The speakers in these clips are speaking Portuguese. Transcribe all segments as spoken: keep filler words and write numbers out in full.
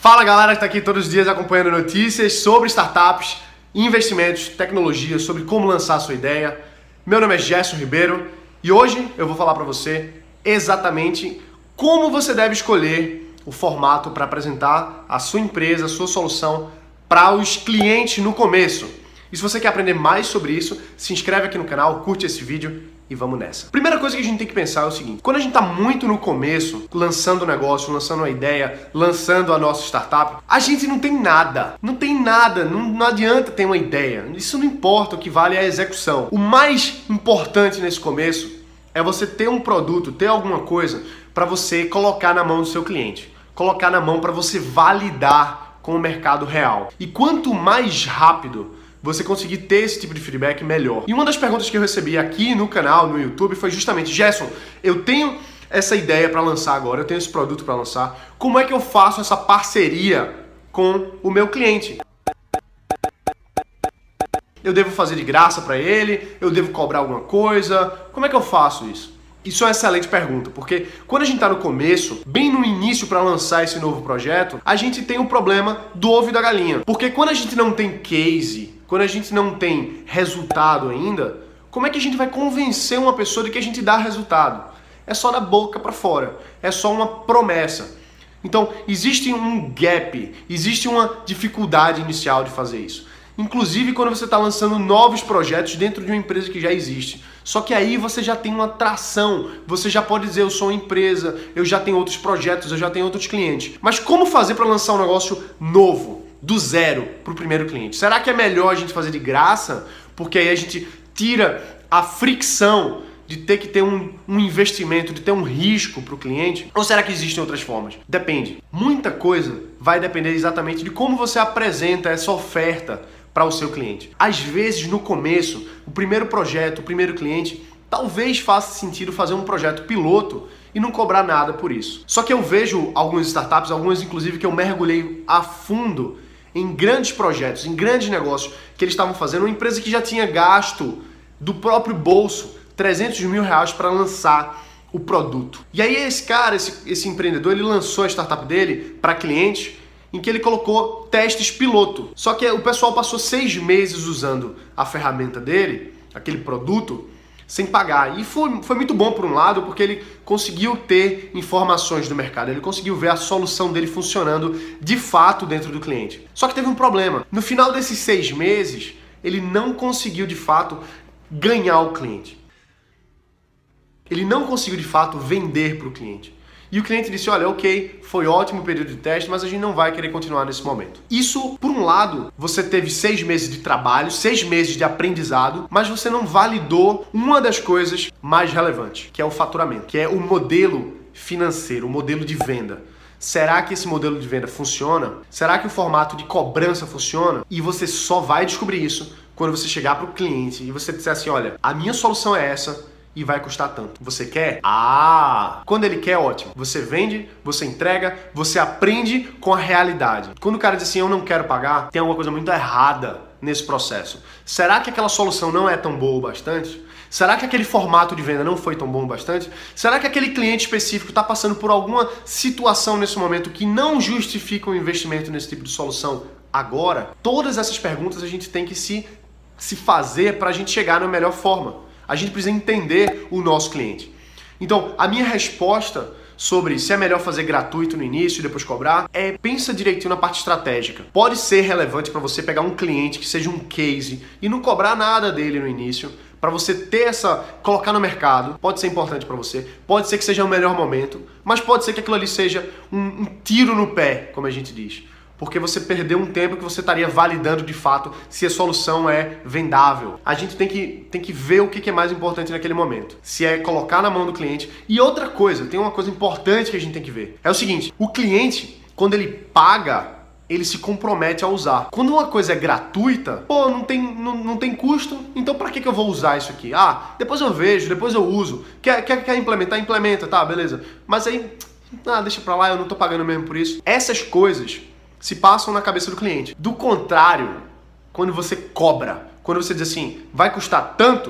Fala galera que está aqui todos os dias acompanhando notícias sobre startups, investimentos, tecnologia, sobre como lançar a sua ideia. Meu nome é Gerson Ribeiro e hoje eu vou falar para você exatamente como você deve escolher o formato para apresentar a sua empresa, a sua solução para os clientes no começo. E se você quer aprender mais sobre isso, se inscreve aqui no canal, curte esse vídeo e vamos nessa. Primeira coisa que a gente tem que pensar é o seguinte: quando a gente está muito no começo, lançando o negócio, lançando uma ideia, lançando a nossa startup, a gente não tem nada. Não tem nada, não, não adianta ter uma ideia. Isso não importa, o que vale é a execução. O mais importante nesse começo é você ter um produto, ter alguma coisa para você colocar na mão do seu cliente. Colocar na mão para você validar com o mercado real. E quanto mais rápido você conseguir ter esse tipo de feedback, melhor. E uma das perguntas que eu recebi aqui no canal, no YouTube, foi justamente: Gerson, eu tenho essa ideia para lançar agora, eu tenho esse produto para lançar, como é que eu faço essa parceria com o meu cliente? Eu devo fazer de graça para ele? Eu devo cobrar alguma coisa? Como é que eu faço isso? Isso é uma excelente pergunta, porque quando a gente está no começo, bem no início para lançar esse novo projeto, a gente tem o problema do ovo e da galinha. Porque quando a gente não tem case, quando a gente não tem resultado ainda, como é que a gente vai convencer uma pessoa de que a gente dá resultado? É só da boca para fora, é só uma promessa. Então, existe um gap, existe uma dificuldade inicial de fazer isso. Inclusive quando você está lançando novos projetos dentro de uma empresa que já existe. Só que aí você já tem uma tração, você já pode dizer: eu sou uma empresa, eu já tenho outros projetos, eu já tenho outros clientes. Mas como fazer para lançar um negócio novo, do zero, para o primeiro cliente? Será que é melhor a gente fazer de graça? Porque aí a gente tira a fricção de ter que ter um, um investimento, de ter um risco para o cliente? Ou será que existem outras formas? Depende. Muita coisa vai depender exatamente de como você apresenta essa oferta para o seu cliente. Às vezes, no começo, o primeiro projeto, o primeiro cliente, talvez faça sentido fazer um projeto piloto e não cobrar nada por isso. Só que eu vejo algumas startups, algumas inclusive que eu mergulhei a fundo em grandes projetos, em grandes negócios que eles estavam fazendo, uma empresa que já tinha gasto do próprio bolso trezentos mil reais para lançar o produto. E aí esse cara, esse, esse empreendedor, ele lançou a startup dele para clientes em que ele colocou testes piloto. Só que o pessoal passou seis meses usando a ferramenta dele, aquele produto, sem pagar. E foi, foi muito bom por um lado, porque ele conseguiu ter informações do mercado, ele conseguiu ver a solução dele funcionando de fato dentro do cliente. Só que teve um problema. No final desses seis meses, ele não conseguiu de fato ganhar o cliente. Ele não conseguiu de fato vender para o cliente. E o cliente disse: olha, ok, foi ótimo o período de teste, mas a gente não vai querer continuar nesse momento. Isso, por um lado, você teve seis meses de trabalho, seis meses de aprendizado, mas você não validou uma das coisas mais relevantes, que é o faturamento, que é o modelo financeiro, o modelo de venda. Será que esse modelo de venda funciona? Será que o formato de cobrança funciona? E você só vai descobrir isso quando você chegar para o cliente e você disser assim: olha, a minha solução é essa e vai custar tanto. Você quer? Ah! Quando ele quer, ótimo. Você vende, você entrega, você aprende com a realidade. Quando o cara diz assim: eu não quero pagar, tem alguma coisa muito errada nesse processo. Será que aquela solução não é tão boa o bastante? Será que aquele formato de venda não foi tão bom o bastante? Será que aquele cliente específico está passando por alguma situação nesse momento que não justifica o investimento nesse tipo de solução agora? Todas essas perguntas a gente tem que se, se fazer para a gente chegar na melhor forma. A gente precisa entender o nosso cliente. Então, a minha resposta sobre se é melhor fazer gratuito no início e depois cobrar é: pensa direitinho na parte estratégica. Pode ser relevante para você pegar um cliente que seja um case e não cobrar nada dele no início, para você ter essa, colocar no mercado. Pode ser importante para você, pode ser que seja o melhor momento, mas pode ser que aquilo ali seja um, um tiro no pé, como a gente diz. Porque você perdeu um tempo que você estaria validando de fato se a solução é vendável. A gente tem que, tem que ver o que é mais importante naquele momento. Se é colocar na mão do cliente. E outra coisa, tem uma coisa importante que a gente tem que ver. É o seguinte: o cliente, quando ele paga, ele se compromete a usar. Quando uma coisa é gratuita, pô, não tem, não, não tem custo, então pra que, que eu vou usar isso aqui? Ah, depois eu vejo, depois eu uso. Quer, quer, quer implementar? Implementa, tá, beleza. Mas aí, ah, deixa pra lá, eu não tô pagando mesmo por isso. Essas coisas se passam na cabeça do cliente. Do contrário, quando você cobra, quando você diz assim: vai custar tanto,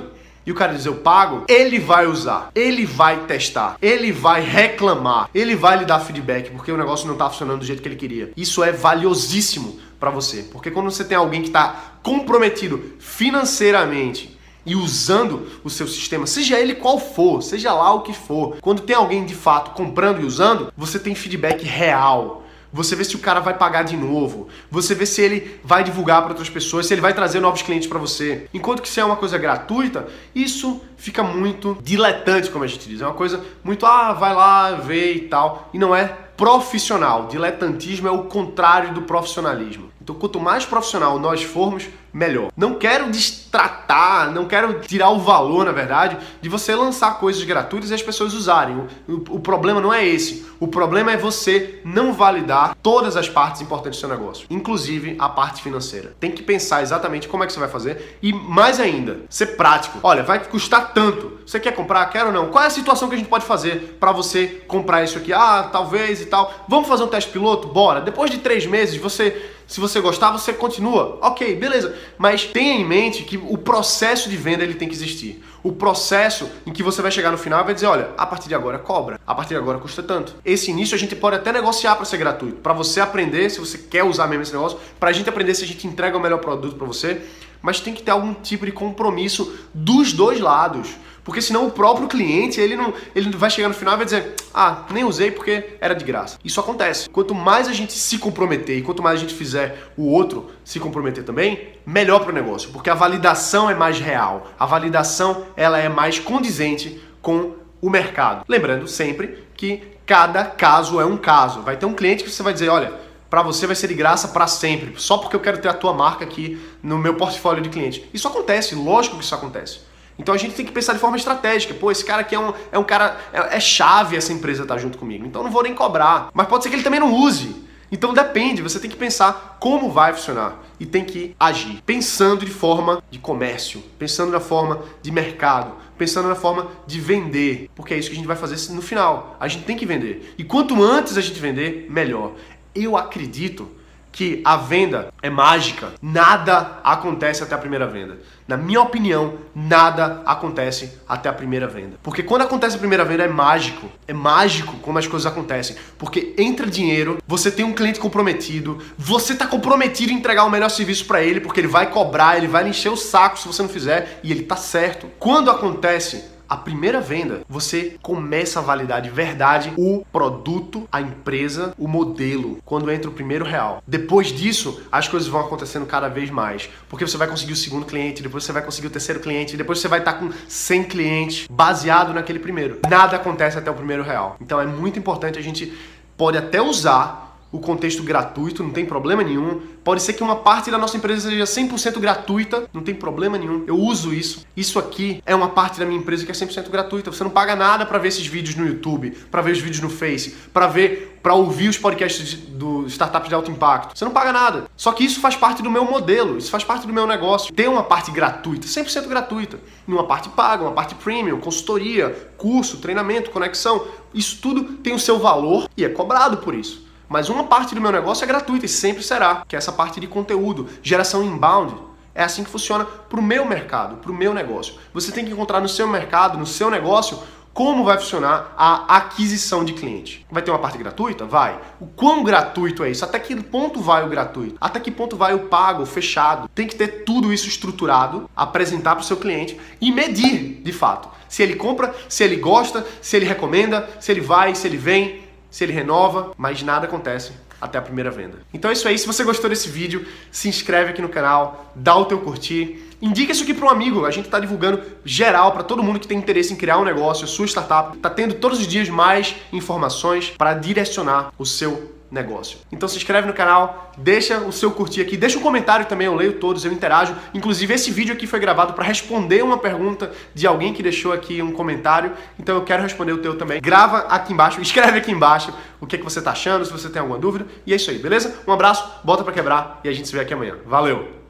e o cara diz eu pago, ele vai usar, ele vai testar, ele vai reclamar, ele vai lhe dar feedback porque o negócio não tá funcionando do jeito que ele queria. Isso é valiosíssimo para você, porque quando você tem alguém que está comprometido financeiramente e usando o seu sistema, seja ele qual for, seja lá o que for, quando tem alguém de fato comprando e usando, você tem feedback real. Você vê se o cara vai pagar de novo, você vê se ele vai divulgar para outras pessoas, se ele vai trazer novos clientes para você. Enquanto que se é uma coisa gratuita, isso fica muito diletante, como a gente diz. É uma coisa muito, ah, vai lá, vê e tal, e não é profissional. Diletantismo é o contrário do profissionalismo. Então, quanto mais profissional nós formos, melhor. Não quero destratar, não quero tirar o valor, na verdade, de você lançar coisas gratuitas e as pessoas usarem. O, o, o problema não é esse. O problema é você não validar todas as partes importantes do seu negócio, inclusive a parte financeira. Tem que pensar exatamente como é que você vai fazer e, mais ainda, ser prático. Olha, vai custar tanto. Você quer comprar? Quer ou não? Qual é a situação que a gente pode fazer para você comprar isso aqui? Ah, talvez e tal. Vamos fazer um teste piloto? Bora. Depois de três meses, você... Se você gostar, você continua. Ok, beleza. Mas tenha em mente que o processo de venda ele tem que existir. O processo em que você vai chegar no final e vai dizer, olha, a partir de agora cobra, a partir de agora custa tanto. Esse início a gente pode até negociar para ser gratuito, para você aprender se você quer usar mesmo esse negócio, para a gente aprender se a gente entrega o melhor produto para você, mas tem que ter algum tipo de compromisso dos dois lados. Porque senão o próprio cliente, ele não, ele vai chegar no final e vai dizer, ah, nem usei porque era de graça. Isso acontece. Quanto mais a gente se comprometer e quanto mais a gente fizer o outro se comprometer também, melhor para o negócio. Porque a validação é mais real. A validação, ela é mais condizente com o mercado. Lembrando sempre que cada caso é um caso. Vai ter um cliente que você vai dizer, olha, para você vai ser de graça para sempre, só porque eu quero ter a tua marca aqui no meu portfólio de cliente. Isso acontece, lógico que isso acontece. Então a gente tem que pensar de forma estratégica. Pô, esse cara aqui é um, é um cara... É, é chave essa empresa estar junto comigo. Então eu não vou nem cobrar. Mas pode ser que ele também não use. Então depende. Você tem que pensar como vai funcionar. E tem que agir. Pensando de forma de comércio. Pensando na forma de mercado. Pensando na forma de vender. Porque é isso que a gente vai fazer no final. A gente tem que vender. E quanto antes a gente vender, melhor. Eu acredito que a venda é mágica. Nada acontece até a primeira venda. Na minha opinião, nada acontece até a primeira venda. Porque quando acontece a primeira venda é mágico. É mágico como as coisas acontecem. Porque entra dinheiro, você tem um cliente comprometido, você está comprometido em entregar o melhor serviço para ele, porque ele vai cobrar, ele vai lhe encher o saco se você não fizer, e ele tá certo. Quando acontece a primeira venda, você começa a validar de verdade o produto, a empresa, o modelo, quando entra o primeiro real. Depois disso, as coisas vão acontecendo cada vez mais, porque você vai conseguir o segundo cliente, depois você vai conseguir o terceiro cliente, depois você vai estar com cem clientes baseado naquele primeiro. Nada acontece até o primeiro real. Então é muito importante, a gente pode até usar o contexto gratuito, não tem problema nenhum. Pode ser que uma parte da nossa empresa seja cem por cento gratuita, não tem problema nenhum. Eu uso isso. Isso aqui é uma parte da minha empresa que é cem por cento gratuita. Você não paga nada para ver esses vídeos no YouTube, para ver os vídeos no Face, para ver, para ouvir os podcasts do Startups de Alto Impacto. Você não paga nada. Só que isso faz parte do meu modelo, isso faz parte do meu negócio. Tem uma parte gratuita, cem por cento gratuita. E uma parte paga, uma parte premium, consultoria, curso, treinamento, conexão. Isso tudo tem o seu valor e é cobrado por isso. Mas uma parte do meu negócio é gratuita e sempre será, que é essa parte de conteúdo, geração inbound. É assim que funciona para o meu mercado, para o meu negócio. Você tem que encontrar no seu mercado, no seu negócio, como vai funcionar a aquisição de cliente. Vai ter uma parte gratuita? Vai. O quão gratuito é isso? Até que ponto vai o gratuito? Até que ponto vai o pago, o fechado? Tem que ter tudo isso estruturado, apresentar para o seu cliente e medir, de fato. Se ele compra, se ele gosta, se ele recomenda, se ele vai, se ele vem, se ele renova, mas nada acontece até a primeira venda. Então é isso aí. Se você gostou desse vídeo, se inscreve aqui no canal, dá o teu curtir, indica isso aqui para um amigo. A gente está divulgando geral para todo mundo que tem interesse em criar um negócio, sua startup. Está tendo todos os dias mais informações para direcionar o seu negócio. Então se inscreve no canal, deixa o seu curtir aqui, deixa um comentário também, eu leio todos, eu interajo. Inclusive esse vídeo aqui foi gravado para responder uma pergunta de alguém que deixou aqui um comentário, então eu quero responder o teu também. Grava aqui embaixo, escreve aqui embaixo o que, é que você tá achando, se você tem alguma dúvida, e é isso aí, beleza? Um abraço, bota para quebrar e a gente se vê aqui amanhã. Valeu!